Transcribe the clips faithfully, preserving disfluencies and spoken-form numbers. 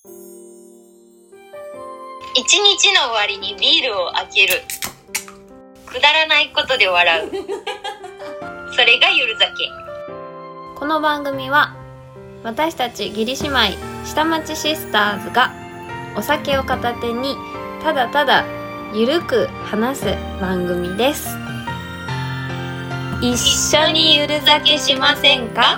一日の終わりにビールを開ける。くだらないことで笑う。それがゆる酒。 この番組は私たち義理姉妹下町シスターズがお酒を片手にただただゆるく話す番組です。一緒にゆる酒しませんか？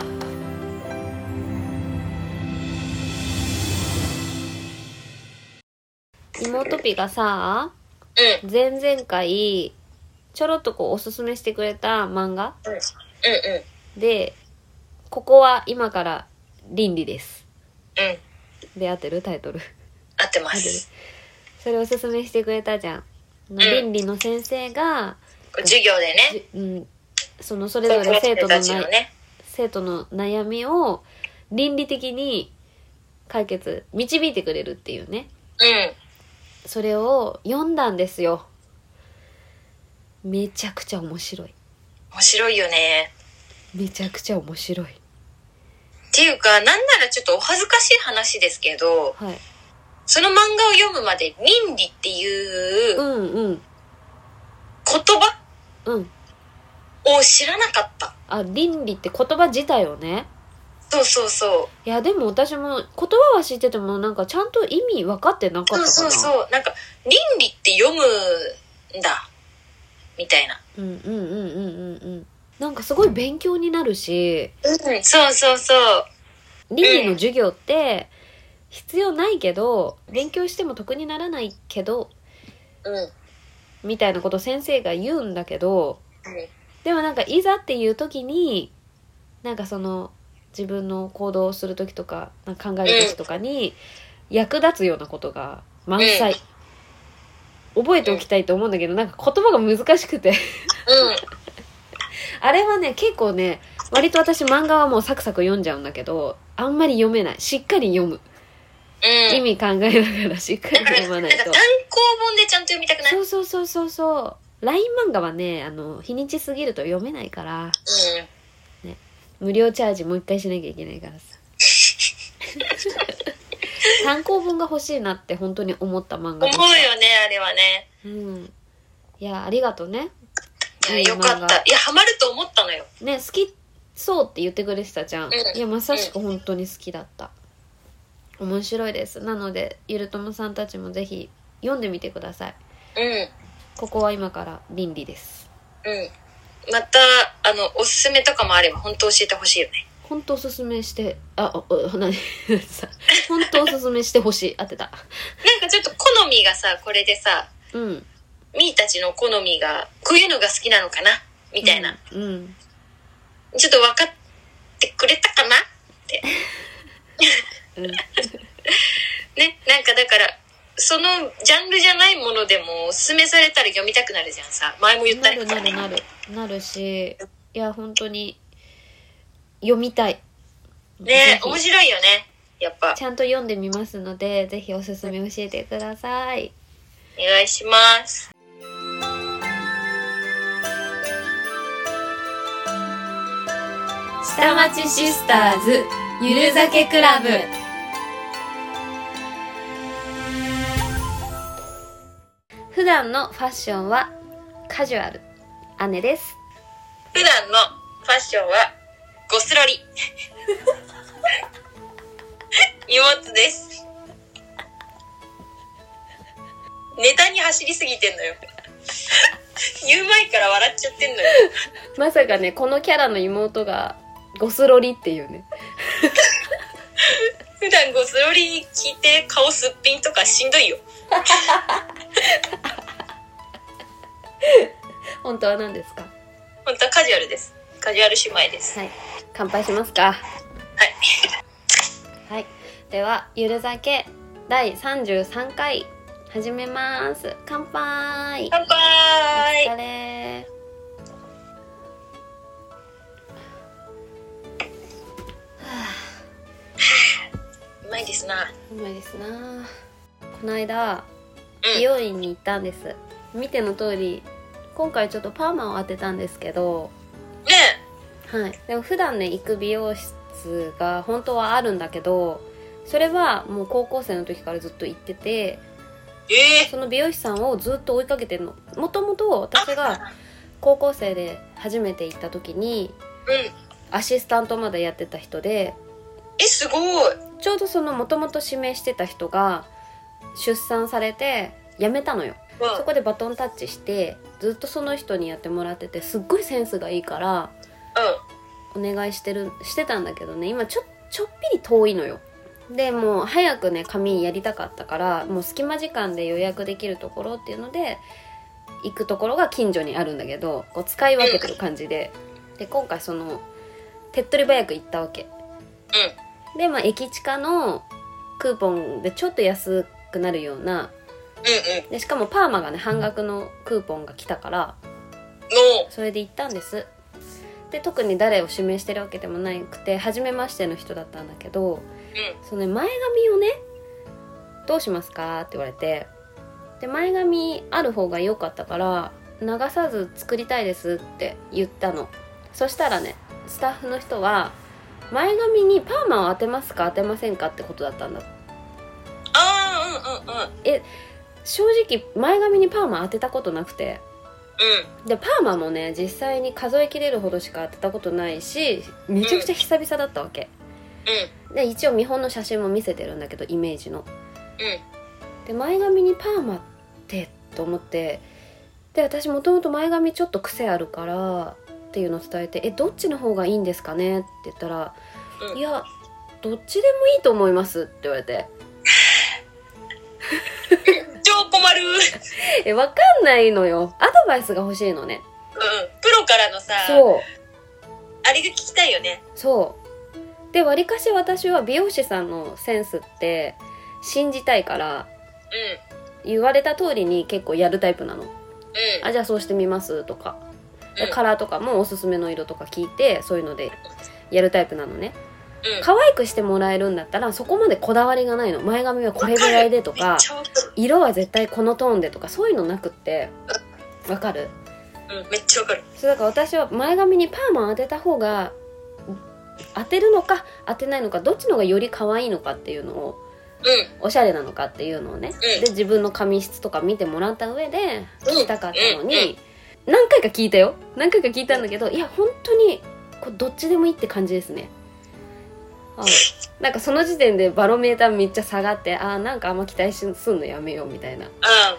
妹ピがさ、 うん、 前々回ちょろっとこうおすすめしてくれた漫画、 うん、うんうんで、ここは今から倫理です。 うん。 で、合ってる？タイトル。 合ってま合ってる。 す。 それおすすめしてくれたじゃん。 ん倫理の先生が、 授業でね、 じうん、そのそれぞれ生徒の高校生たちのな、 ね、 生徒の悩みを倫理的に解決、導いてくれるっていうね。 うん。 それを読んだんですよ。めちゃくちゃ面白い。 面白いよね。 めちゃくちゃ面白い。 っていうか、なんならちょっとお恥ずかしい話ですけど、 はい。 その漫画を読むまで倫理っていううんうん言葉うん。 を知らなかった。 あ、倫理って言葉自体をね。 そうそうそう。 いやでも私も言葉は知っててもなんかちゃんと意味分かってなかったかな。 そうそうそう。なんか倫理って読むんだみたいな。 うんうんうんうんうんうん。なんかすごい勉強になるし、 うん、そうそうそう。 倫理の授業って必要ないけど、勉強しても得にならないけど、 うん。 みたいなこと先生が言うんだけど、 うんでもなんかいざっていう時に、なんかその自分の行動をする時とか、なんか考える時とかに役立つようなことが満載。うん、覚えておきたいと思うんだけど、なんか言葉が難しくて。 うん。 あれはね、結構ね、割と私漫画はもうサクサク読んじゃうんだけど、あんまり読めない。しっかり読む。 うん、 意味考えながらしっかり読まないと。 なんか単行本でちゃんと読みたくない？ そうそうそうそうそう。ライン 漫画はね、あの日にちすぎると読めないから、 うん、 ね、無料チャージもう一回しなきゃいけないからさ。単行本が欲しいなって本当に思った漫画でした。 思うよね、あれはね。 うん。いや、ありがとうね。 いや、よかった。いや、ハマると思ったのよ。 ね、好きそうって言ってくれてたじゃん。 うん、 いや、まさしく本当に好きだった。うん、面白いです。なので、ゆるともさんたちもぜひ読んでみてください。 うん。 ここは今から倫理です。 うん。また、あの、おすすめとかもあれば、本当教えてほしいよね。 本当おすすめして、あ、あ、なにさ、本当おすすめしてほしい。当てた。 なんかちょっと好みがさ、これでさ、 うん。 みーたちの好みが、こういうのが好きなのかなみたいな。 うん。うん、 ちょっと分かってくれたかなって。 うん、 ね、なんかだから、そのジャンルじゃないものでもおすすめされたら読みたくなるじゃんさ。前も言ったりなるなるなるなるし、いや本当に読みたいね。面白いよね、やっぱ。 ちゃんと読んでみますので、ぜひおすすめ教えてください。 お願いします。 下町シスターズゆる酒クラブ。普段のファッションはカジュアル。姉です。 普段のファッションはゴスロリ。妹です。ネタに走りすぎてんのよ。言う前から笑っちゃってんのよ。 まさかね、このキャラの妹がゴスロリっていうね。 普段ゴスロリ聞いて顔すっぴんとかしんどいよ。 本当は何ですか？ 本当はカジュアルです。カジュアル姉妹です。 はい。乾杯しますか？ はい。 はい。では、ゆる酒だいさんじゅうさんかい始めます。乾杯。 乾杯。 お疲れ。 うまいですな。 うまいですな。この間、 うん、 美容院に行ったんです。見ての通り、今回ちょっとパーマを当てたんですけど、 ねはい。でも普段ね行く美容室が本当はあるんだけど、 それはもう高校生の時からずっと行ってて、 えー、 その美容師さんをずっと追いかけてるの。もともと私が高校生で初めて行った時に、 うん、 アシスタントまでやってた人で、 えすごい。 ちょうどそのもともと指名してた人が出産されて辞めたのよ、うん、そこでバトンタッチしてずっとその人にやってもらってて、すっごいセンスがいいから、うん、お願いしてるしてたんだけどね、今ちょちょっぴり遠いのよ。でもう早くね髪やりたかったから、もう隙間時間で予約できるところっていうので行くところが近所にあるんだけど、こう使い分けてる感じで、うん、で今回その手っ取り早く行ったわけ、うん、でまあ駅近のクーポンでちょっと安くなるような、うんうん、でしかもパーマがね半額のクーポンが来たから、うん、それで行ったんです。で特に誰を指名してるわけでもなくて初めましての人だったんだけど、うん、その、ね、前髪をねどうしますかって言われて、で前髪ある方が良かったから流さず作りたいですって言ったの。そしたらねスタッフの人は前髪にパーマを当てますか当てませんかってことだったんだ。 あーうんうんうん。 え正直前髪にパーマ当てたことなくて、うん、でパーマもね実際に数えきれるほどしか当てたことないし、めちゃくちゃ久々だったわけ、うん、で一応見本の写真も見せてるんだけどイメージの、うん、で前髪にパーマってと思って、で私もともと前髪ちょっと癖あるからっていうのを伝えて、えどっちの方がいいんですかねって言ったら、うん、いやどっちでもいいと思いますって言われて超困るえ分かんないのよ、アドバイスが欲しいのね。 うんプロからのさ、 そうあれが聞きたいよね。 そうでわりかし私は美容師さんのセンスって信じたいから、うん、言われた通りに結構やるタイプなの、うん、あじゃあそうしてみますとか、うん、カラーとかもおすすめの色とか聞いてそういうのでやるタイプなのね、うん、可愛くしてもらえるんだったらそこまでこだわりがないの。前髪はこれぐらいでとか色は絶対このトーンでとかそういうのなくって、わかる？ うんめっちゃわかる。 そうだから私は前髪にパーマ当てた方が当てるのか当てないのかどっちの方がより可愛いのかっていうのを、うん、おしゃれなのかっていうのをね、うん、で自分の髪質とか見てもらった上で聞きたかったのに、うんうんうん、何回か聞いたよ何回か聞いたんだけど、いや本当にこうどっちでもいいって感じですね。あなんかその時点でバロメーターめっちゃ下がって、あなんかあんま期待すんのやめようみたいな、うん、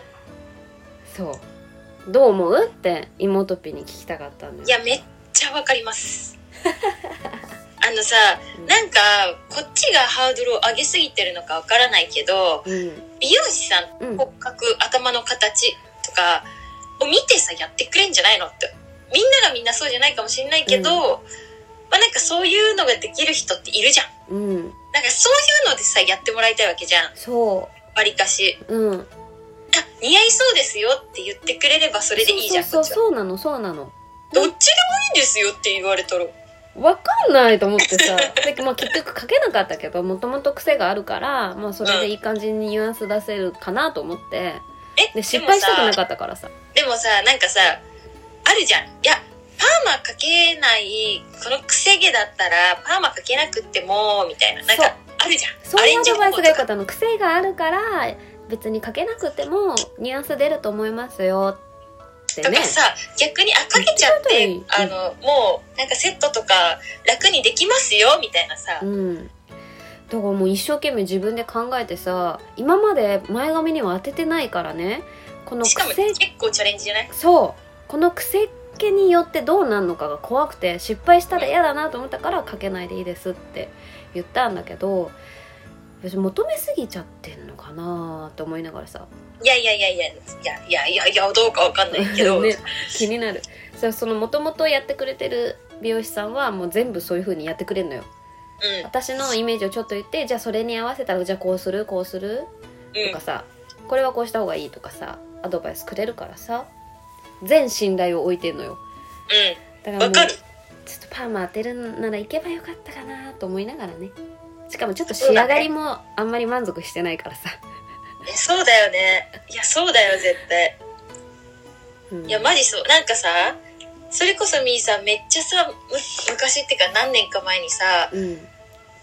そうどう思うって妹ピに聞きたかったんだよ。 いやめっちゃわかりますあのさ、うん、なんかこっちがハードルを上げすぎてるのかわからないけど、うん、美容師さん、うん、骨格頭の形とかを見てさやってくれんじゃないのって。みんながみんなそうじゃないかもしれないけど、うんまあ、なんかそういうのができる人っているじゃん、うん、なんかそういうのでさやってもらいたいわけじゃん。 そうわりかし、うん、あ似合いそうですよって言ってくれればそれでいいじゃん。 そうそうそうそうなのそうなの。 どっちでもいいんですよって言われたらわかんないと思ってさで、まあ、結局書けなかったけどもともと癖があるから、まあ、それでいい感じにニュアンス出せるかなと思って、うん、で失敗したくなかったからさ。 でもさなんかさあるじゃん。いやパーマかけないこの癖毛だったらパーマかけなくってもみたいななんかあるじゃん。 そういうアドバイスが良かったの。癖があるから別にかけなくてもニュアンス出ると思いますよってね。 とかさ逆にあかけちゃってあのもうなんかセットとか楽にできますよみたいなさ、うん、 だからもう一生懸命自分で考えてさ今まで前髪には当ててないからね。この癖しかも結構チャレンジじゃない？ そうこの癖によってどうなるのかが怖くて失敗したら嫌だなと思ったからかけないでいいですって言ったんだけど、私求めすぎちゃってんのかなって思いながらさ、 いやいやいやいやいやいやいやいやどうかわかんないけど、ね、 気になる。その元々やってくれてる美容師さんはもう全部そういう風にやってくれるのよ、うん、私のイメージをちょっと言ってじゃあそれに合わせたらじゃあこうするこうする、うん、とかさこれはこうした方がいいとかさアドバイスくれるからさ全信頼を置いてんのよ。 うん。だからもうちょっとパーマ当てるなら行けばよかったかなと思いながらね。しかもちょっと仕上がりもあんまり満足してないからさ。 えそうだよね。いやそうだよ絶対。うん、いやマジそうなんかさそれこそみーさんめっちゃさむ昔ってか何年か前にさ、うん、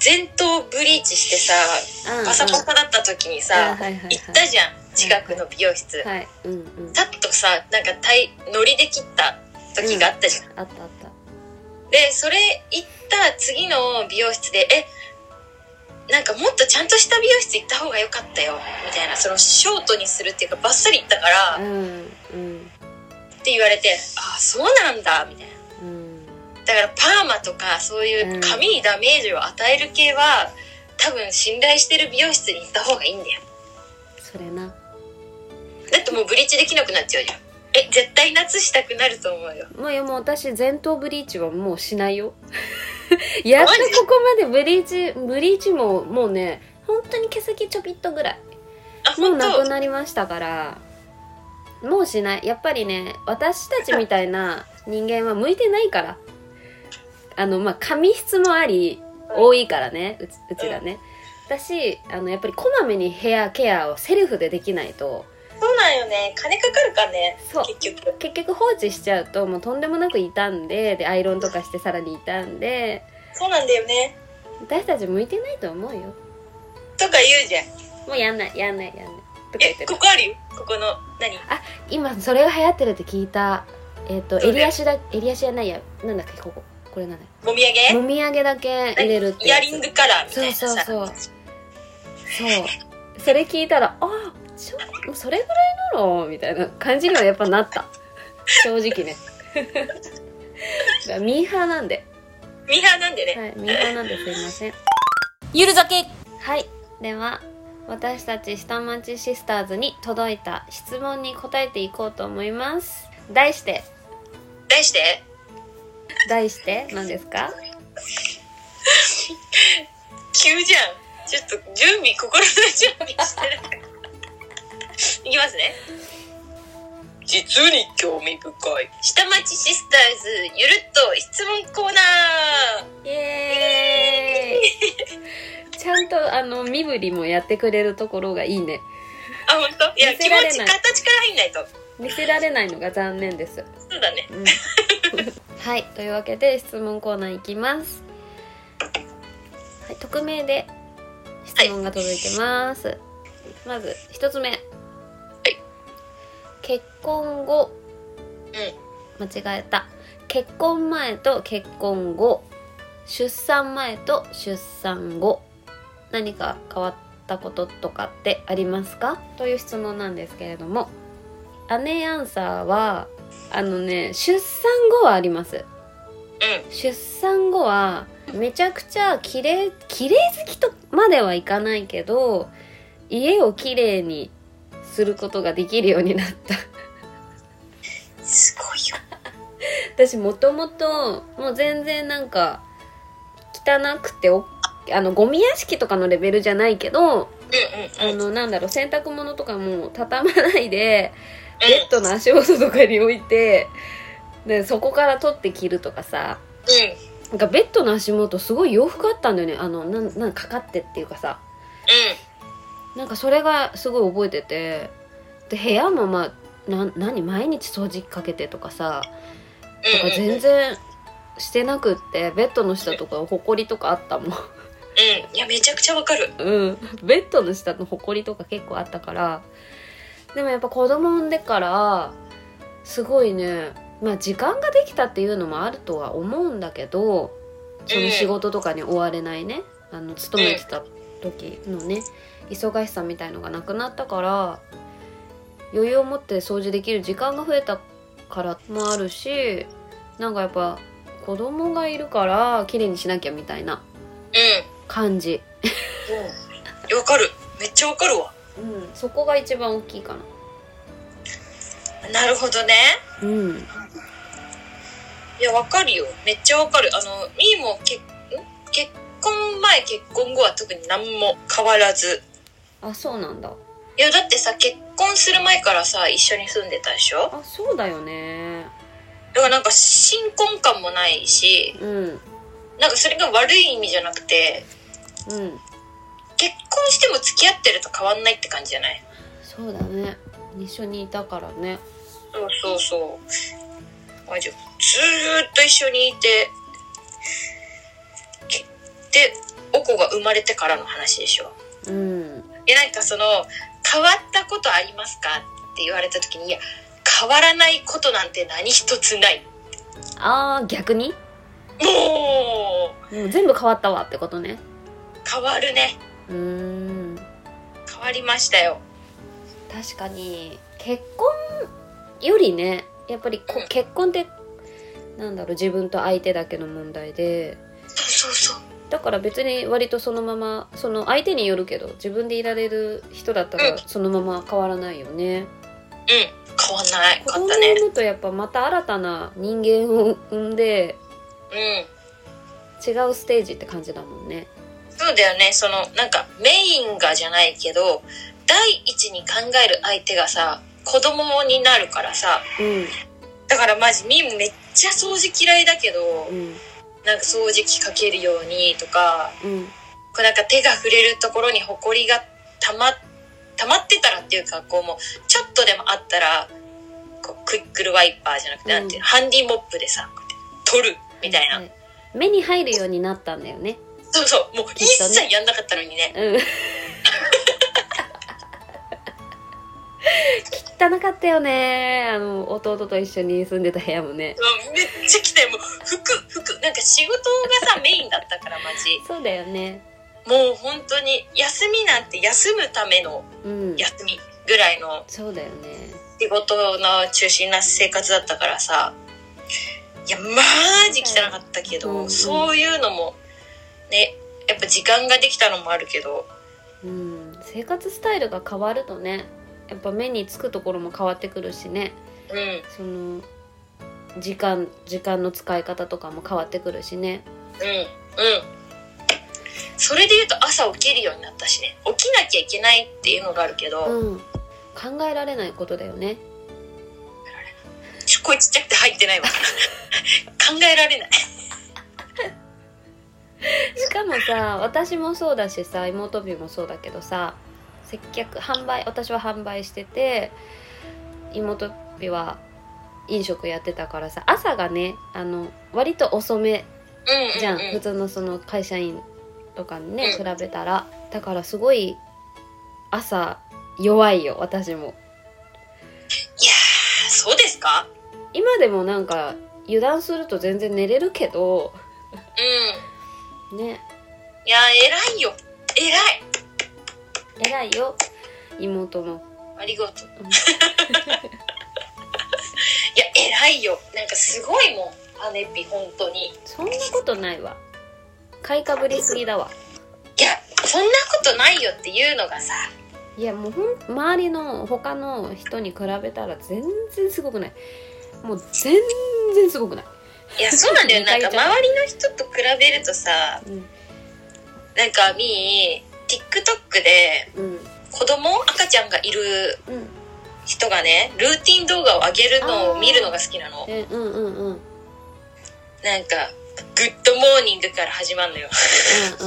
前頭ブリーチしてさ、うん、パサパサだった時にさ、うん、行ったじゃん、近くの美容室、はいはいうんうん、さっとさなんかのりで切った時があったじゃん、うん、あったあった。でそれ行った次の美容室でえなんかもっとちゃんとした美容室行った方が良かったよみたいな、そのショートにするっていうかバッサリ行ったから、うんうん、って言われて、ああそうなんだみたいな、うん、だからパーマとかそういう髪にダメージを与える系は、うん、多分信頼してる美容室に行った方がいいんだよ。 それな。 だってもうブリーチできなくなっちゃうじゃん。え絶対夏したくなると思うよ。 もういやもう私前頭ブリーチはもうしないよやっとここまでブリーチブリーチももうね本当に毛先ちょびっとぐらいもうなくなりましたから、もうしない。やっぱりね私たちみたいな人間は向いてないからあのまあ髪質もあり多いからね、うち、うちらね、うん、私あのやっぱりこまめにヘアケアをセルフでできないと。 そうなんよね、金かかるからね。そう結局結局放置しちゃうともうとんでもなく傷んで、でアイロンとかしてさらに傷んで。 そうなんだよね。 私たち向いてないと思うよとか言うじゃん。 もうやんないやんないやんないとか言ってる。えここあるよ、ここの何あ今それが流行ってるって聞いた。えっ、ー、と襟足だ襟足じゃないやなんだっけこここれなんだもみあげもみあげだけ入れるってイヤリングカラーみたいなさ。 そうそうそうそうそれ聞いたらあちょそれぐらいなのみたいな感じにはやっぱなった正直ねミーハーなんでミーハーなんでねはいミーハーなんですいませんゆる酒。 はい、では私たち下町シスターズに届いた質問に答えていこうと思います。題して題して題して何ですか急じゃん。ちょっと準備心の準備してるいきますね。実に興味深い下町シスターズゆるっと質問コーナー。イエーイちゃんとあの身振りもやってくれるところがいいね。 あ本当？いや気持ち形から入んないと見せられないのが残念です。 そうだね、うんはいというわけで質問コーナーいきます。はい匿名で質問が届いてます、はい、まず一つ目、はい、結婚後、うん、間違えた結婚前と結婚後、出産前と出産後、何か変わったこととかってありますかという質問なんですけれども、姉アンサーはあのね出産後はあります、うん、出産後はめちゃくちゃ綺麗綺麗好きとまではいかないけど家を綺麗にすることができるようになったすごいよ私もともともう全然なんか汚くておあのゴミ屋敷とかのレベルじゃないけど、うんうんうん、あのなんだろう洗濯物とかも畳まないでベッドの足元とかに置いてでそこから取って着るとかさ、うん、なんかベッドの足元すごい洋服あったんだよね。あのなんなんかかってっていうかさ、うん、なんかそれがすごい覚えてて、で部屋もまあな何毎日掃除機かけてとかさ、とか全然してなくって、ベッドの下とかホコリとかあったもん。うん、 いやめちゃくちゃわかる。 うん、ベッドの下のホコリとか結構あったから。でもやっぱ子供産んでからすごいね、まあ時間ができたっていうのもあるとは思うんだけど、その仕事とかに追われないね、あの勤めてた時のね忙しさみたいのがなくなったから、余裕を持って掃除できる時間が増えたからもあるし、なんかやっぱ子供がいるから綺麗にしなきゃみたいな感じ。 うん、わかる、めっちゃわかるわ。 うん、そこが一番大きいかな。なるほどね。うん。いやわかるよ、めっちゃわかる。あのみーもけ結婚前結婚後は特に何も変わらず。 あ、そうなんだ。 いやだってさ結婚する前からさ一緒に住んでたでしょ。 あ、そうだよね。 だからなんか新婚感もないし、うん、なんかそれが悪い意味じゃなくて、うん。結婚しても付き合ってると変わんないって感じじゃない？ そうだね。一緒にいたからね。 そうそうそう。あ、じゃあずーっと一緒にいて、で OK 子が生まれてからの話でしょ。 うん。 いやなんかその変わったことありますかって言われた時に、いや変わらないことなんて何一つない。 あー逆にもう、 もう全部変わったわってことね。 変わるね。 うーん、 変わりましたよ。 確かに結婚よりね、やっぱりこ、うん、結婚ってなんだろう、自分と相手だけの問題で、 そうそうそう、 だから別に割とそのまま、その相手によるけど自分でいられる人だったらそのまま変わらないよね。 うん、変わんない。 子供を産むとやっぱまた新たな人間を産んで、 うん、 違うステージって感じだもんね。 そうだよね。そのなんかメインがじゃないけど第一に考える相手がさ子供になるからさ、 うん、 だからマジみんめっちゃ掃除嫌いだけど、 うん、 なんか掃除機かけるようにとか、 うん、 こうなんか手が触れるところにホコリがたま溜まってたらっていうか、こうもうちょっとでもあったらこうクイックルワイパーじゃなくて、うん、なんていうの、ハンディモップでさ取るみたいな、はい、 目に入るようになったんだよね。 そうそう、もう一切やんなかったのにね、 うん汚かったよね。あの弟と一緒に住んでた部屋もね、 めっちゃ汚い。もう服服なんか仕事がさメインだったからマジ。 そうだよね。 もう本当に休みなんて休むための休みぐらいの、 うん、そうだよね。 仕事の中心な生活だったからさ、いやマジ汚かったけど、うんうん、そういうのもね、やっぱ時間ができたのもあるけど、 うん、生活スタイルが変わるとね、やっぱ目につくところも変わってくるしね、 うん、 その時間時間の使い方とかも変わってくるしね。 うんうん。それで言うと朝起きるようになったしね。起きなきゃいけないっていうのがあるけど、 うん、考えられないことだよね。 ちょこいちっちゃくて入ってないわ考えられないしかもさ、私もそうだしさ、妹日もそうだけどさ、接客販売、私は販売してて、妹日は飲食やってたからさ、朝がね、あの割と遅めじゃん、うんうんうん、普通のその会社員とかにね、うん、比べたら。だからすごい朝弱いよ、私も。いやー、そうですか？ 今でもなんか油断すると全然寝れるけど、 うん、 ね。 いやー、偉いよ、偉い偉いよ、妹も。 ありがとう、うん、いや偉いよ。なんかすごいもん、姉ピ、本当に。 そんなことないわ、買いかぶりすぎだわ。 いや、そんなことないよっていうのがさ、 いやもうほん周りの他の人に比べたら全然すごくない。もう全然すごくない。 いやそうなんだよなんか周りの人と比べるとさ、うん、なんかみー TikTok で子供、赤ちゃんがいる人がね、ルーティン動画を上げるのを見るのが好きなの。 え、うんうんうん。 なんかグッドモーニングから始まるのようん、うん、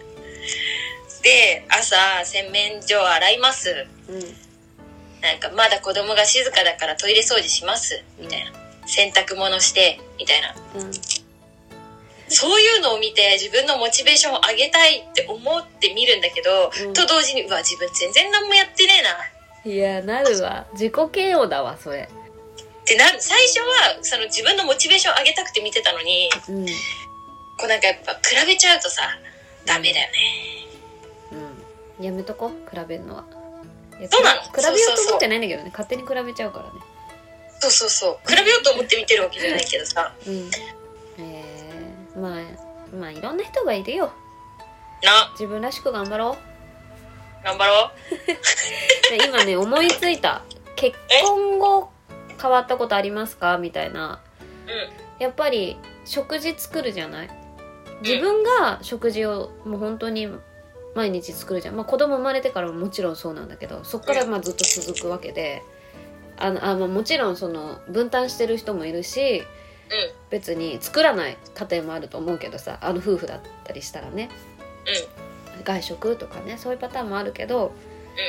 で朝洗面所洗います、 うん、 なんかまだ子供が静かだからトイレ掃除しますみたいな、うん、洗濯物してみたいな、うん、そういうのを見て自分のモチベーションを上げたいって思って見るんだけど、うん、と同時にうわ自分全然何もやってねえな。いやなるわ、自己嫌悪だわそれってなる。最初はその自分のモチベーションを上げたくて見てたのに、うん、こうなんかやっぱ比べちゃうとさダメだよね。 うん、やめとこ比べるのは。 そうなの。 比べようと思ってないんだけどね、勝手に比べちゃうからね。 そうそうそう、比べようと思って見てるわけじゃないけどさ、 うん、えー、まあまあいろんな人がいるよな。 自分らしく頑張ろう頑張ろう今ね思いついた。結婚後変わったことありますかみたいな、 うん、 やっぱり食事作るじゃない。自分が食事をもう本当に毎日作るじゃん。まあ子供生まれてからももちろんそうなんだけど、そっからまあずっと続くわけで、あのあ、まあ、もちろんその分担してる人もいるし、 うん、 別に作らない家庭もあると思うけどさ、あの夫婦だったりしたらね、 うん、 外食とかね、そういうパターンもあるけど、うん、やっ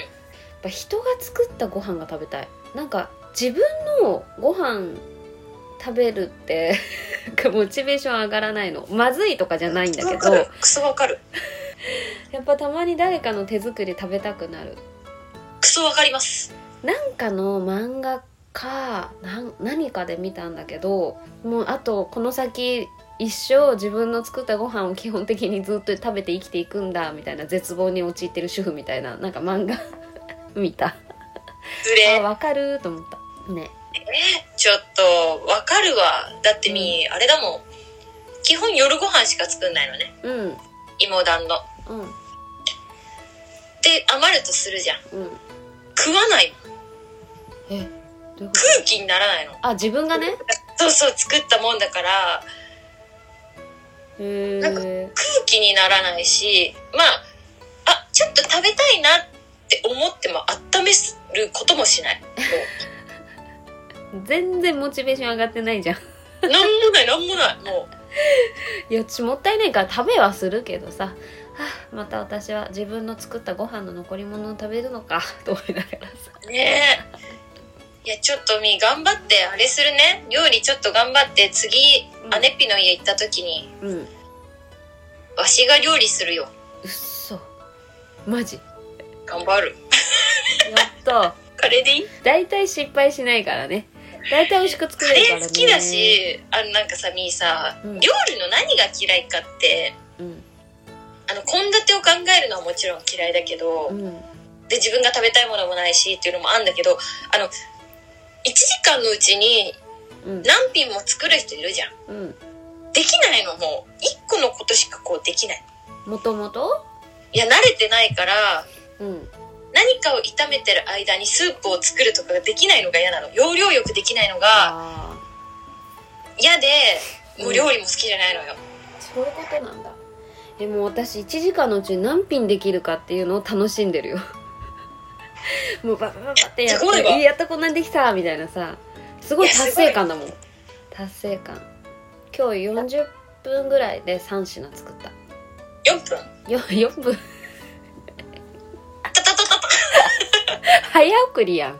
ぱ人が作ったご飯が食べたい。なんか自分のご飯食べるってモチベーション上がらないの。まずいとかじゃないんだけど、 クソわかる。 やっぱたまに誰かの手作り食べたくなる。 クソわかります。 なんかの漫画かなん何かで見たんだけど、もうあとこの先一生自分の作ったご飯を基本的にずっと食べて生きていくんだみたいな絶望に陥ってる主婦みたいななんか漫画見た。あ、わかると思ったね。 えちょっとわかるわ。だってみ、うん、あれだもん、基本夜ご飯しか作んないのね。うん。妹団の。うん。で余るとするじゃん。うん。食わない。え、どういうこと？空気にならないの。 あ、自分がね。 そうそう、作ったもんだから。へなんか空気にならないし、まああちょっと食べたいなって思っても温めることもしない。 全然モチベーション上がってないじゃん。 なんもないなんもないもう。いやもったいないから食べはするけどさ、はあ、また私は自分の作ったご飯の残り物を食べるのかと思いながらさ。 ねえ。いやちょっとみ頑張ってあれするね。料理ちょっと頑張って次、うん、姉っぴの家行った時に、うん、わしが料理するよ。 うっそマジ頑張る。 やったカレーでいい？ だいたい失敗しないからね。だいたい美味しく作れるからね。 カレー好きだし、あのなんかさみーさ、うん、料理の何が嫌いかって、うん、あの献立を考えるのはもちろん嫌いだけど、うん、で自分が食べたいものもないしっていうのもあるんだけど、あのいちじかんのうちに何品も作る人いるじゃん、うん、できないのもいっこのことしかこうできない。 もともと？ いや慣れてないから、うん、何かを炒めてる間にスープを作るとかができないのが嫌なの。要領よくできないのが嫌で、もう料理も好きじゃないのよ、 うん、そういうことなんだ。でも私いちじかんのうちに何品できるかっていうのを楽しんでるよ。もうババババってやってやったこんなにできたみたいなさ、すごい達成感だもん。達成感。今日よんじゅっぷんぐらいでさん品作った。 よんぷん？ よよんぷん。早送りやん。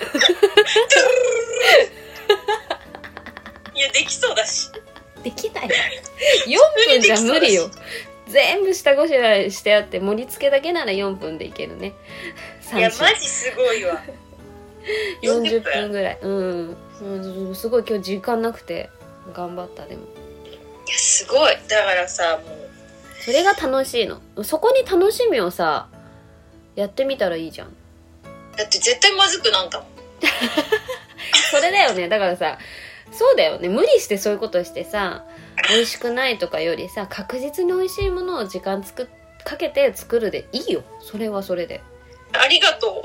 いやできそうだし。 できないよ。よんぷんじゃ無理よ。全部下ごしらえしてあって盛り付けだけならよんぷんでいけるね。 いやマジすごいわ。 よんじゅっぷんぐらい。うん、うん、すごい今日時間なくて頑張った。でもいやすごい。だからさもうそれが楽しいの。そこに楽しみをさやってみたらいいじゃん。 だって絶対まずくなんだもん。 それだよね。だからさそうだよね。無理してそういうことしてさ美味しくないとかよりさ確実に美味しいものを時間つくかけて作るでいいよ。それはそれで。 ありがとう。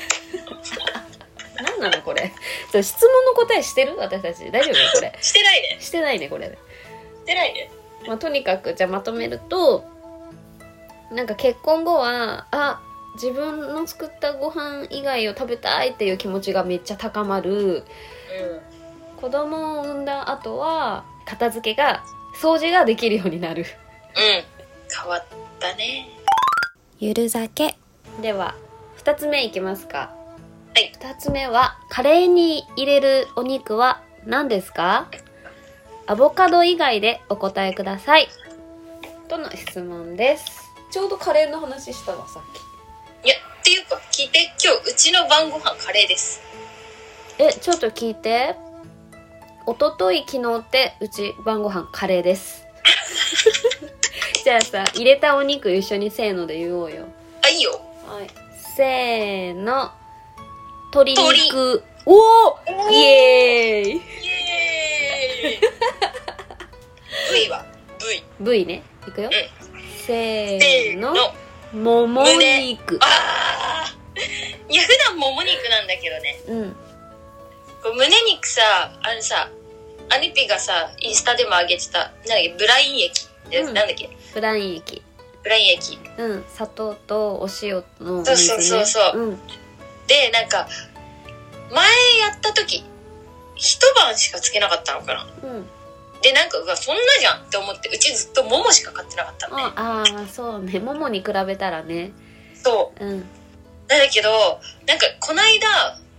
何なのこれ。質問の答えしてる？私たち大丈夫これ。 してないね。 してないねこれ。 してないね。 まあ、とにかくじゃあまとめると、なんか結婚後はあ自分の作ったご飯以外を食べたいっていう気持ちがめっちゃ高まる、うん、子供を産んだ後は片付けが掃除ができるようになる。 うん変わったね。 ゆる酒ではふたつめいきますか。 はい。 ふたつめはカレーに入れるお肉は何ですか？アボカド以外でお答えくださいとの質問です。ちょうどカレーの話したわさっき。いやっていうか聞いて、今日うちの晩ご飯カレーです。 えちょっと聞いて、おととい昨日ってうち晩ご飯カレーです。じゃあさ入れたお肉一緒にせーので言おうよ。 あいいよ。 はい、せーの。鶏肉。おーイエーイ。イエーイ。 V は V。 V ね。いくよ。うん、せーの。もも肉。 あーいや普段もも肉なんだけどね。うん。こう胸肉さ、あのさ、アニピがさインスタでも上げてたなんだっけブライン液、うん、なんだっけブライン液。 ブライン液。 うん。砂糖とお塩の、ね。 そうそうそうそう。うん、でなんか前やった時一晩しかつけなかったのかな。うん。でなんかうわそんなじゃんって思ってうちずっとももしか買ってなかったのね。 ああそうね。ももに比べたらね。 そう。うん。なんだけどなんかこないだ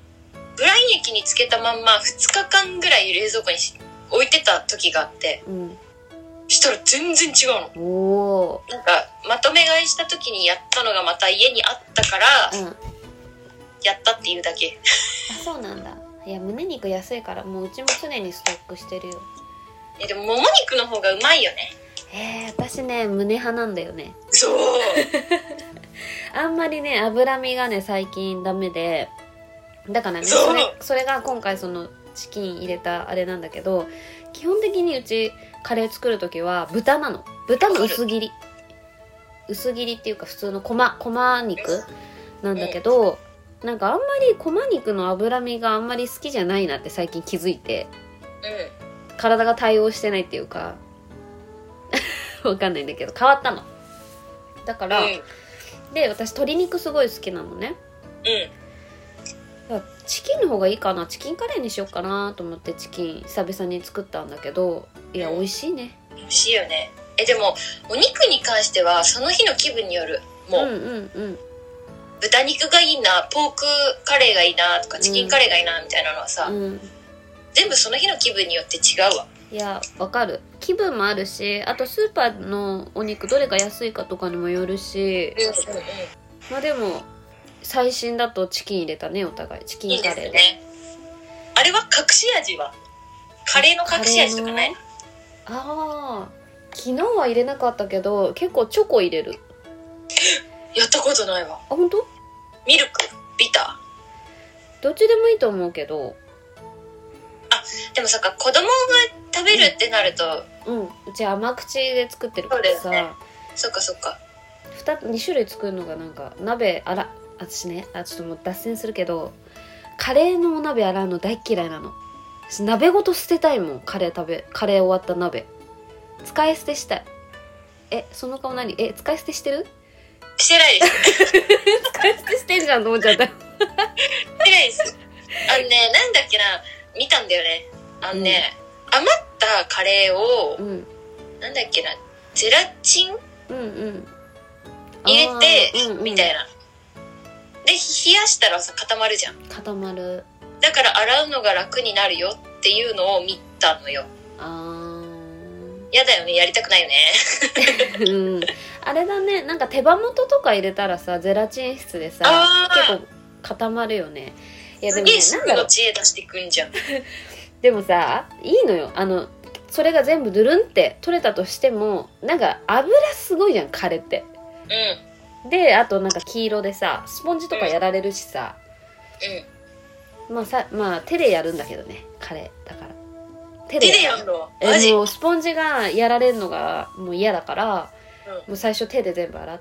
ブライン液につけたまんまふつかかんぐらい冷蔵庫に置いてた時があって、うん、したら全然違うの。おー。なんかまとめ買いした時にやったのがまた家にあったから、うん、やったっていうだけ。 あ、そうなんだ。いや、胸肉安いからもううちも常にストックしてるよ。 え、でももも肉の方がうまいよね。 えー、私ね胸派なんだよね。 そうあんまりね脂身がね最近ダメで、だからねそれ、それが今回そのチキン入れたあれなんだけど、基本的にうちカレー作るときは豚なの。豚の薄切り薄切りっていうか普通のこまこま肉なんだけど、うん、なんかあんまりこま肉の脂身があんまり好きじゃないなって最近気づいて、うん、体が対応してないっていうかわかんないんだけど変わったの。だから、うん、で私鶏肉すごい好きなのね。うん。チキンの方がいいかな、チキンカレーにしようかなと思ってチキン久々に作ったんだけど、いや、うん、美味しいね。 美味しいよね。え、でもお肉に関してはその日の気分による。もう、うんうんうん、豚肉がいいな、ポークカレーがいいなとかチキンカレーがいいなみたいなのはさ、うん、全部その日の気分によって違うわ。 いや、わかる。気分もあるし、あとスーパーのお肉どれが安いかとかにもよるし、うんうんうん、まあでも最新だとチキン入れたね、お互い。チキンカレーで。いいですね。 あれは隠し味はカレーの隠し味とかない？ ああ、昨日は入れなかったけど結構チョコ入れる。 やったことないわ。あ、 本当？ ミルク、ビターどっちでもいいと思うけど。 あ、でもさ、子供が食べるってなると、 うん、うち甘口で作ってるからさ。そうだよね。 そっかそっか。 に種類作るのがなんか鍋、あら、私ね、あ、ちょっともう脱線するけど、カレーのお鍋洗うの大っ嫌いなの。私鍋ごと捨てたいもん。カレー食べ、カレー終わった鍋使い捨てしたい。え、その顔何？え、使い捨てしてる？ してないです使い捨てしてんじゃんと思っちゃった。してないです。あのね、なんだっけな、見たんだよね。あのね、うん、余ったカレーを、うん、なんだっけな、ゼラチン、うんうん、入れて、うんうん、みたいな。で、冷やしたらさ、固まるじゃん。 固まる。 だから洗うのが楽になるよっていうのを見たのよ。あー。やだよね、やりたくないよね。 うん。あれだね、なんか手羽元とか入れたらさ、ゼラチン質でさ、結構固まるよね。 いやでもね、すげえの知恵出してくんじゃん。 でもさ、いいのよ。あのそれが全部ドゥルンって取れたとしても、なんか油すごいじゃん、カレーって。うん。で、あとなんか黄色でさ、スポンジとかやられるしさ。うん。まあさ、まあ手でやるんだけどね、カレーだから。 手でやるの？ え、もうスポンジがやられるのがもう嫌だから、うん、もう最初手で全部洗って。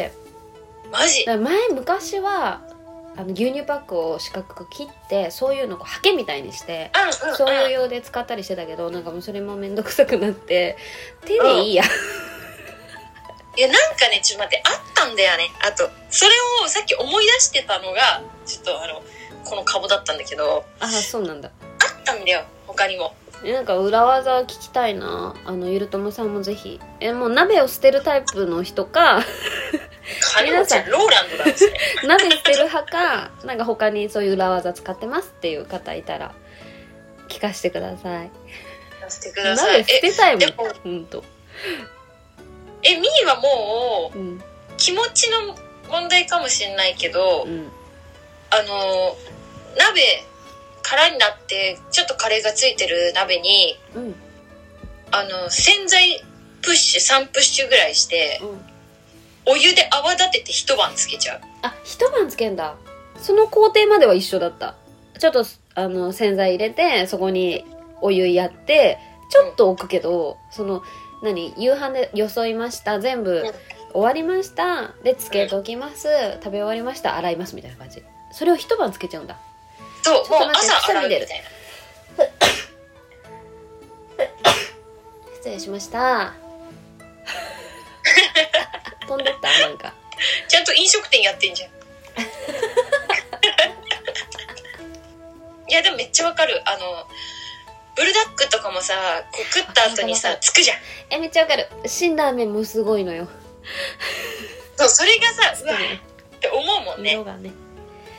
マジ？ 前昔は。あの牛乳パックを四角く切ってそういうのをハケみたいにして、うんうんうん、そういう用で使ったりしてたけど、なんかもうそれもめんどくさくなって手でいいや、うん、 いやなんかね、ちょっと待って、あったんだよね。あとそれをさっき思い出してたのがちょっとあのこのカボだったんだけど。 あ、そうなんだ。 あったんだよ、他にも。 なんか裏技聞きたいな。あのゆるともさんもぜひ。え、もう鍋を捨てるタイプの人か皆さんローランドなんですね。 鍋捨てる派か、なんか他にそういう裏技使ってますっていう方いたら聞かせてください。 聞かせてください。 鍋捨てたいもん。ほんと。 え、みーはもう、うん、気持ちの問題かもしれないけど、うん、あの鍋空になってちょっとカレーがついてる鍋に、うん、あの洗剤プッシュさんプッシュぐらいして、うん、お湯で泡立てて一晩つけちゃう。 あ、一晩つけんだ。その工程までは一緒だった。ちょっとあの洗剤入れてそこにお湯やってちょっと置くけど、うん、その何夕飯でよそいました、全部、うん、終わりましたでつけときます、うん、食べ終わりました、洗いますみたいな感じ。それを一晩つけちゃうんだ。 そう、もう朝洗うみたいな。 失礼しました。飛んでったなんか。 ちゃんと飲食店やってんじゃん。いやでもめっちゃわかる。あのブルダックとかもさ、こう食った後にさつくじゃん。 え、めっちゃわかる。辛ラーメンもすごいのよ。 そう、それがさ、うわって思うもんね。 色がね。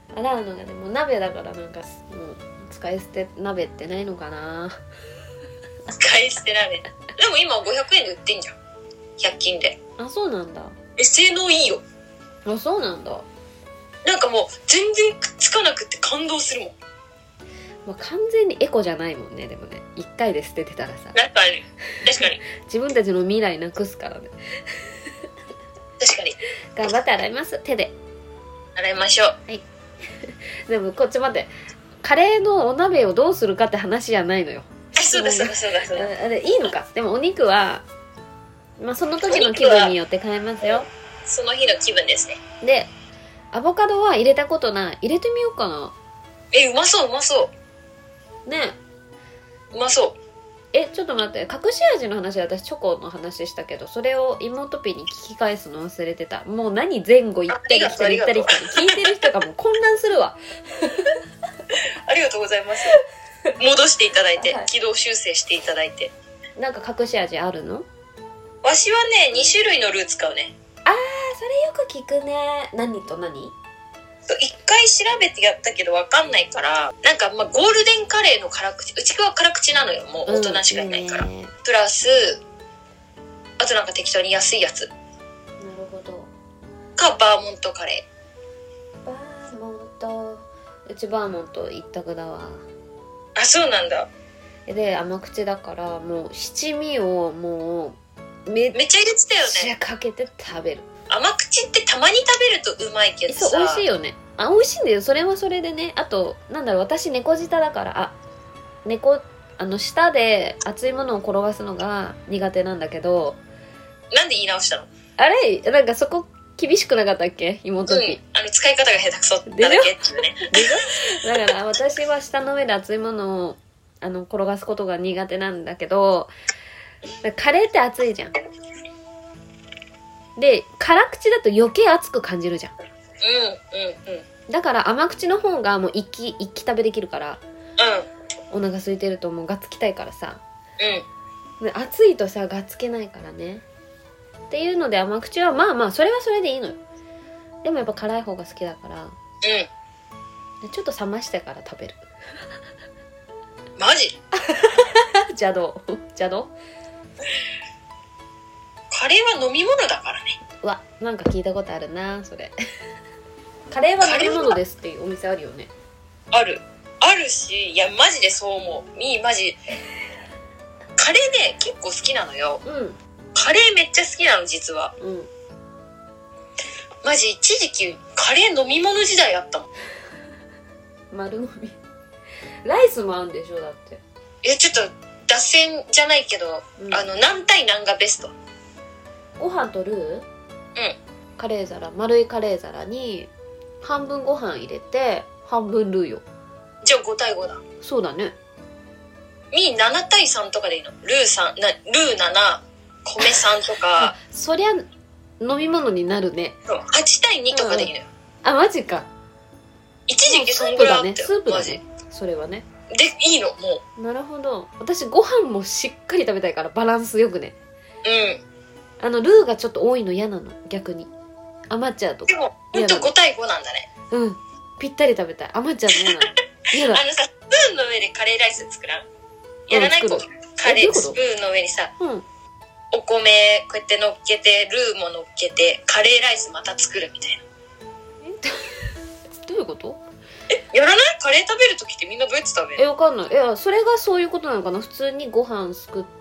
洗うのがね、もう鍋だからなんかもう使い捨て鍋ってないのかな。 使い捨て鍋でも今ごひゃくえんで売ってんじゃん、ひゃく均で。 あ、そうなんだ。 え、性能いいよ。 あ、そうなんだ。 なんかもう全然くっつかなくて感動するもん。 まあ、完全にエコじゃないもんね。でもね、いっかいで捨ててたらさ、 確かに確かに自分たちの未来なくすからね。 確かに頑張って洗います、手で洗いましょう。 はい。でもこっち待って、カレーのお鍋をどうするかって話じゃないのよ。 あ、そうだそうだそうだそうだ。 あれいいのか。でもお肉は、まあ、その時の気分によって変えますよ。 その日の気分ですね。 で、アボカドは入れたことない。入れてみようかな。 え、うまそううまそうね。 うまそう。 え、ちょっと待って、隠し味の話で私チョコの話したけど、それを妹ピに聞き返すの忘れてた。もう何前後行ったり来たり行ったり来たり、聞いてる人がもう混乱するわ。 ありがとうございます。戻していただいて、 はい、 軌道修正していただいて。 なんか隠し味あるの？ わしはね、に種類のルー使うね。 あー、それよく聞くね。何と何？ 一回調べてやったけど分かんないから、なんかまあゴールデンカレーの辛口、うちは辛口なのよ、もう大人しかいないから、うんね、プラスあとなんか適当に安いやつ。なるほど。 かバーモントカレー。バーモント、うちバーモント一択だわ。 あ、そうなんだ。 で、甘口だからもう七味をもうめっめっちゃ入れてたよね。 めっちゃかけて食べる。 甘口ってたまに食べるとうまいけどさ。 そう、美味しいよね。あ、美味しいんだよ。それはそれでね。あと、なんだろう、私猫舌だから、あ、猫、あの、舌で熱いものを転がすのが苦手なんだけど。 なんで言い直したの？ あれ、なんかそこ厳しくなかったっけ？妹に。うん、 あの、使い方が下手くそだだけってね。 でしょ？だから私は舌の上で熱いものを、あの、転がすことが苦手なんだけど、カレーって熱いじゃん。で、辛口だと余計熱く感じるじゃん。 うんうんうん。 だから甘口の方がもう一気一気食べできるから、うん、お腹空いてるともうガッツきたいからさ、うん、で熱いとさガッツけないからねっていうので、甘口はまあまあそれはそれでいいのよ。でもやっぱ辛い方が好きだから、うん、でちょっと冷ましてから食べる。 マジ？ 邪道邪道。 カレーは飲み物だからね。 うわ、なんか聞いたことあるなそれ。カレーは飲み物ですっていうお店あるよね。 あるあるし、いやマジでそう思う。みーマジカレーね結構好きなのよ。うん。カレーめっちゃ好きなの実は。うん。マジ一時期カレー飲み物時代あったもん。 丸飲み。ライスもあるんでしょだって。 え、ちょっと脱線じゃないけど、うん、あの何対何がベスト？ ご飯とルー？うん。カレー皿、丸いカレー皿に半分ご飯入れて半分ルーよ。 じゃあご対ごだ。そうだね。みーなな対さんとかでいいの？ルーさん、なルーなな、米さんとか。 そりゃ飲み物になるね。 はち対にとかでいいのよ。 うん、あ、マジか。 一時期そんぐらいあったよ。 スープだね。スープだね。それはね。 で、いいのもう。なるほど。私ご飯もしっかり食べたいからバランスよくね。うん。あのルーがちょっと多いの嫌なの逆に。余っちゃうとか。 でもほんとご対ごなんだね。 うん。ぴったり食べたい。余っちゃうの嫌なの。嫌だ。 あのさ、スプーンの上でカレーライス作らん？やらない？こうカレースプーンの上にさ、うん、お米こうやって乗っけて、ルーも乗っけて、カレーライスまた作るみたいな。 えどういうこと？ え、やらない？カレー食べるときってみんなどうやって食べる？ え、わかんない。いや、それがそういうことなのかな。普通にご飯すくって、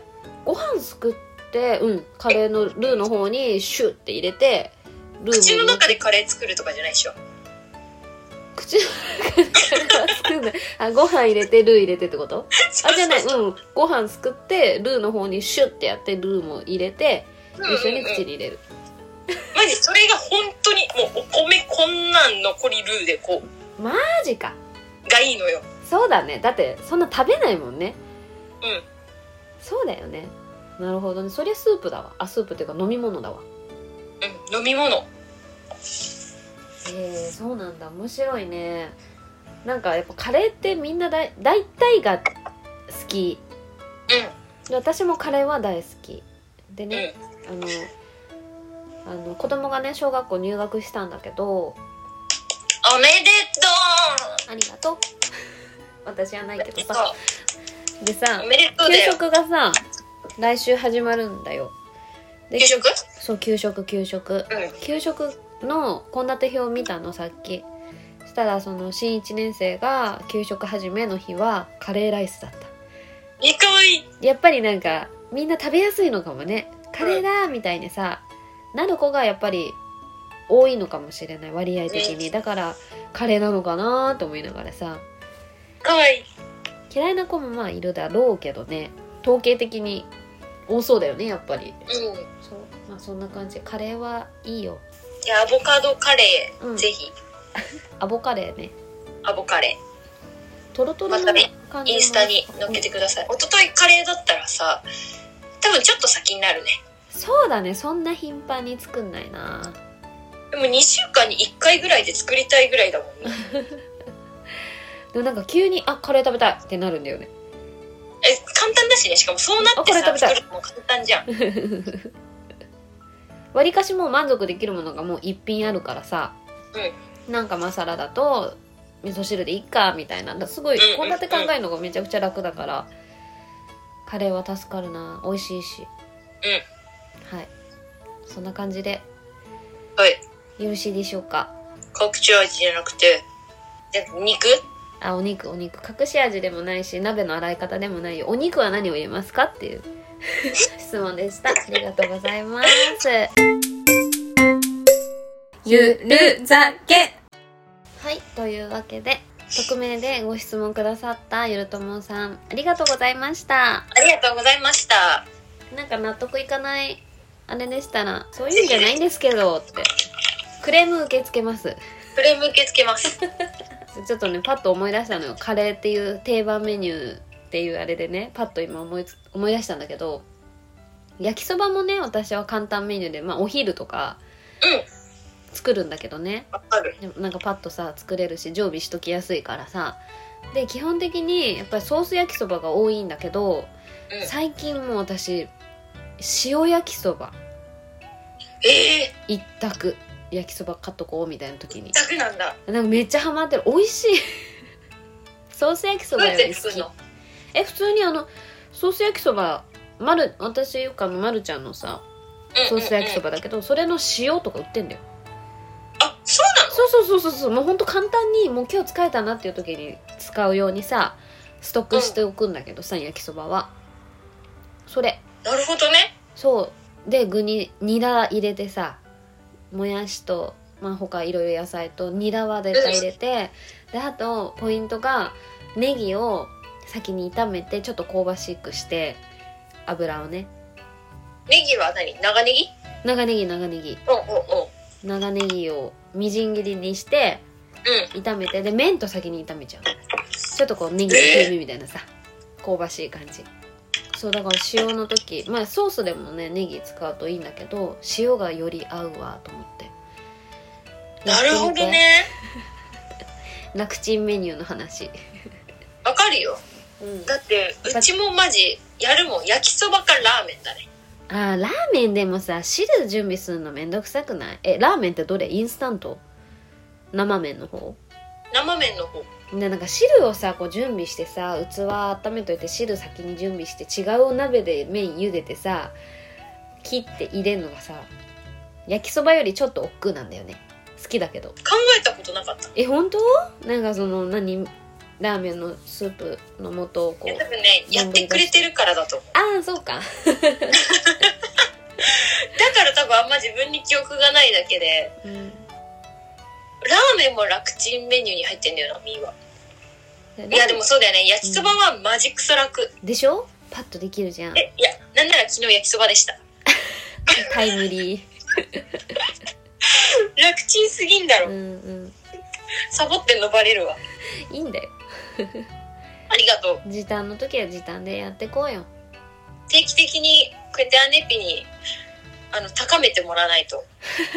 ご飯すくって、うん、カレーのルーの方にシュッて入れて、 ルー口の中でカレー作るとかじゃないでしょ？ 口の中でカレーは作るんだ。あ、ご飯入れてルー入れてってこと？あ、じゃない。うん、ご飯すくってルーの方にシュッてやってルーも入れて、うんうんうん、一緒に口に入れる。 マジそれが本当にもうお米こんなん残りルーでこう。 マジか。 がいいのよ。 そうだね。だってそんな食べないもんね。 うん。 そうだよね。なるほどね。そりゃスープだわ。あ、スープっていうか飲み物だわ。 うん、飲み物。 えー、そうなんだ。面白いね。なんかやっぱカレーってみんなだい大体が好き。うん。で私もカレーは大好き。でね、うん、あのあの子供がね小学校入学したんだけど。 おめでとう。ありがとう。私はないけどさ。でさ、 おめでとうだよ。 給食がさ来週始まるんだよ。 で給食？ そう、給食給食、うん、給食の献立表を見たのさっき。そしたらその新いちねん生が給食始めの日はカレーライスだった。 え、かわいい。 やっぱりなんかみんな食べやすいのかもね。カレーだみたいにさ、うん、なる子がやっぱり多いのかもしれない、割合的に、うん、だからカレーなのかなと思いながらさ。 かわいい。 嫌いな子もまあいるだろうけどね、統計的に多そうだよねやっぱり。 うん、 そう、まあそんな感じ。カレーはいいよ。 いや、アボカドカレー、うん、ぜひ。 アボカレーね。 アボカレートロトロの感じ、またね、インスタに載っけてください。一昨日カレーだったらさ、多分ちょっと先になるね。 そうだね、そんな頻繁に作んないな。 でもにしゅうかんにいっかいぐらいで作りたいぐらいだもんね。 でもなんか急にあカレー食べたいってなるんだよね。 え、簡単だしね。しかもそうなってさ作るのも簡単じゃん。 わりかしもう満足できるものがもう一品あるからさ、うん、なんかまあサラダと味噌汁でいいかみたいな、すごい献立考えるのがめちゃくちゃ楽だから、カレーは助かるな。美味しいし、うん、はい、そんな感じで、 はい、 よろしいでしょうか。 隠し味じゃなくて肉？ あ、お肉お肉隠し味でもないし鍋の洗い方でもないよ。お肉は何を入れますかっていう質問でした。ありがとうございます。 ゆる酒。 はい、というわけで匿名でご質問くださったゆるともさん、ありがとうございました。 ありがとうございました。 なんか納得いかないあれでしたら、そういうんじゃないんですけどってクレーム受け付けます。 クレーム受け付けますちょっとねパッと思い出したのよ。カレーっていう定番メニューっていうあれでね、パッと今思いつ思い出したんだけど、焼きそばもね私は簡単メニューで、まあお昼とか作るんだけどね、 わかる。 でもなんかパッとさ作れるし常備しときやすいからさ。で基本的にやっぱりソース焼きそばが多いんだけど、うん、最近もう私塩焼きそば、 えー、 一択焼きそば買っとこうみたいな時に一択なんだ。 なんかめっちゃハマってる。美味しいソース焼きそばより好き。え普通にあのソース焼きそば、まる私よくあのまるちゃんのさソース焼きそばだけど、うんうんうん、それの塩とか売ってんだよ。 あ、そうなの？ そうそうそうそうそう。もうほんと簡単にもう今日使えたなっていう時に使うようにさストックしておくんだけどさ、うん、焼きそばはそれ。 なるほどね。 そうで具にニラ入れてさ、もやしと、まあ、他いろいろ野菜とニラは絶対入れて、うん、であとポイントがネギを先に炒めてちょっと香ばしくして油をね。 ネギは何？長ネギ？ 長ネギ長ネギ。 おおお。 長ネギをみじん切りにして炒めて、うん、で麺と先に炒めちゃう。ちょっとこうネギの風味みたいなさ、えー、香ばしい感じ。そうだから塩の時、まあソースでもねネギ使うといいんだけど塩がより合うわと思って。 なるほどね。 楽ちんメニューの話わかるよ、うん、だってうちもマジやるもん。焼きそばかラーメンだね。 あーラーメンでもさ汁準備するのめんどくさくない？えラーメンってどれ？インスタント？生麺の方？ 生麺の方で、なんか汁をさこう準備してさ、器温めといて汁先に準備して違うお鍋で麺茹でてさ切って入れるのがさ、焼きそばよりちょっと億劫なんだよね。好きだけど。考えたことなかった。 え本当？なんかその何ラーメンのスープの素をこう、 多分ねやってくれてるからだと思う。 ああそうかだから多分あんま自分に記憶がないだけで、うん、ラーメンも楽ちんメニューに入ってんだよな、ミーは。いやでもそうだよね、焼きそばはマジクソ楽、 うん、でしょ？パッとできるじゃん。 えいやなんなら昨日焼きそばでしたタイムリー楽ちんすぎんだろ、うんうん、サボってんのバレるわ。 いいんだよありがとう。時短の時は時短でやってこうよ。 定期的にこうやってアネピにあの高めてもらわないと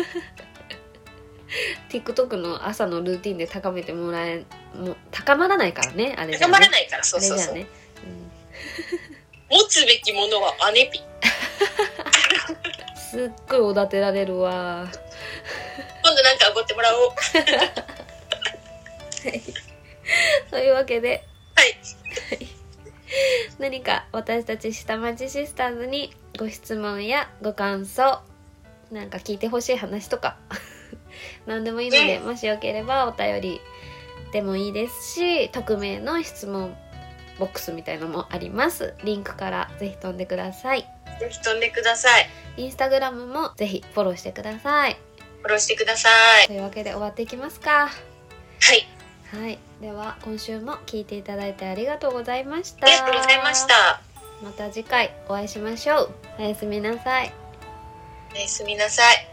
TikTok の朝のルーティンで高めてもらえも高まらないからね、あれじゃね。 高まらないから、そうそうそう、ね、うん、持つべきものはアネピすっごいおだてられるわ今度なんかおごってもらおうというわけで、 はい、 何か私たち下町シスターズにご質問やご感想、なんか聞いてほしい話とか何でもいいので、うん、もしよければお便りでもいいですし、匿名の質問ボックスみたいのもあります。リンクからぜひ飛んでください。 ぜひ飛んでください。 インスタグラムもぜひフォローしてください。 フォローしてください。 というわけで終わっていきますか。 はい、 はい、では今週も聞いていただいてありがとうございました。 ありがとうございました。 また次回お会いしましょう。おやすみなさい。 おやすみなさい。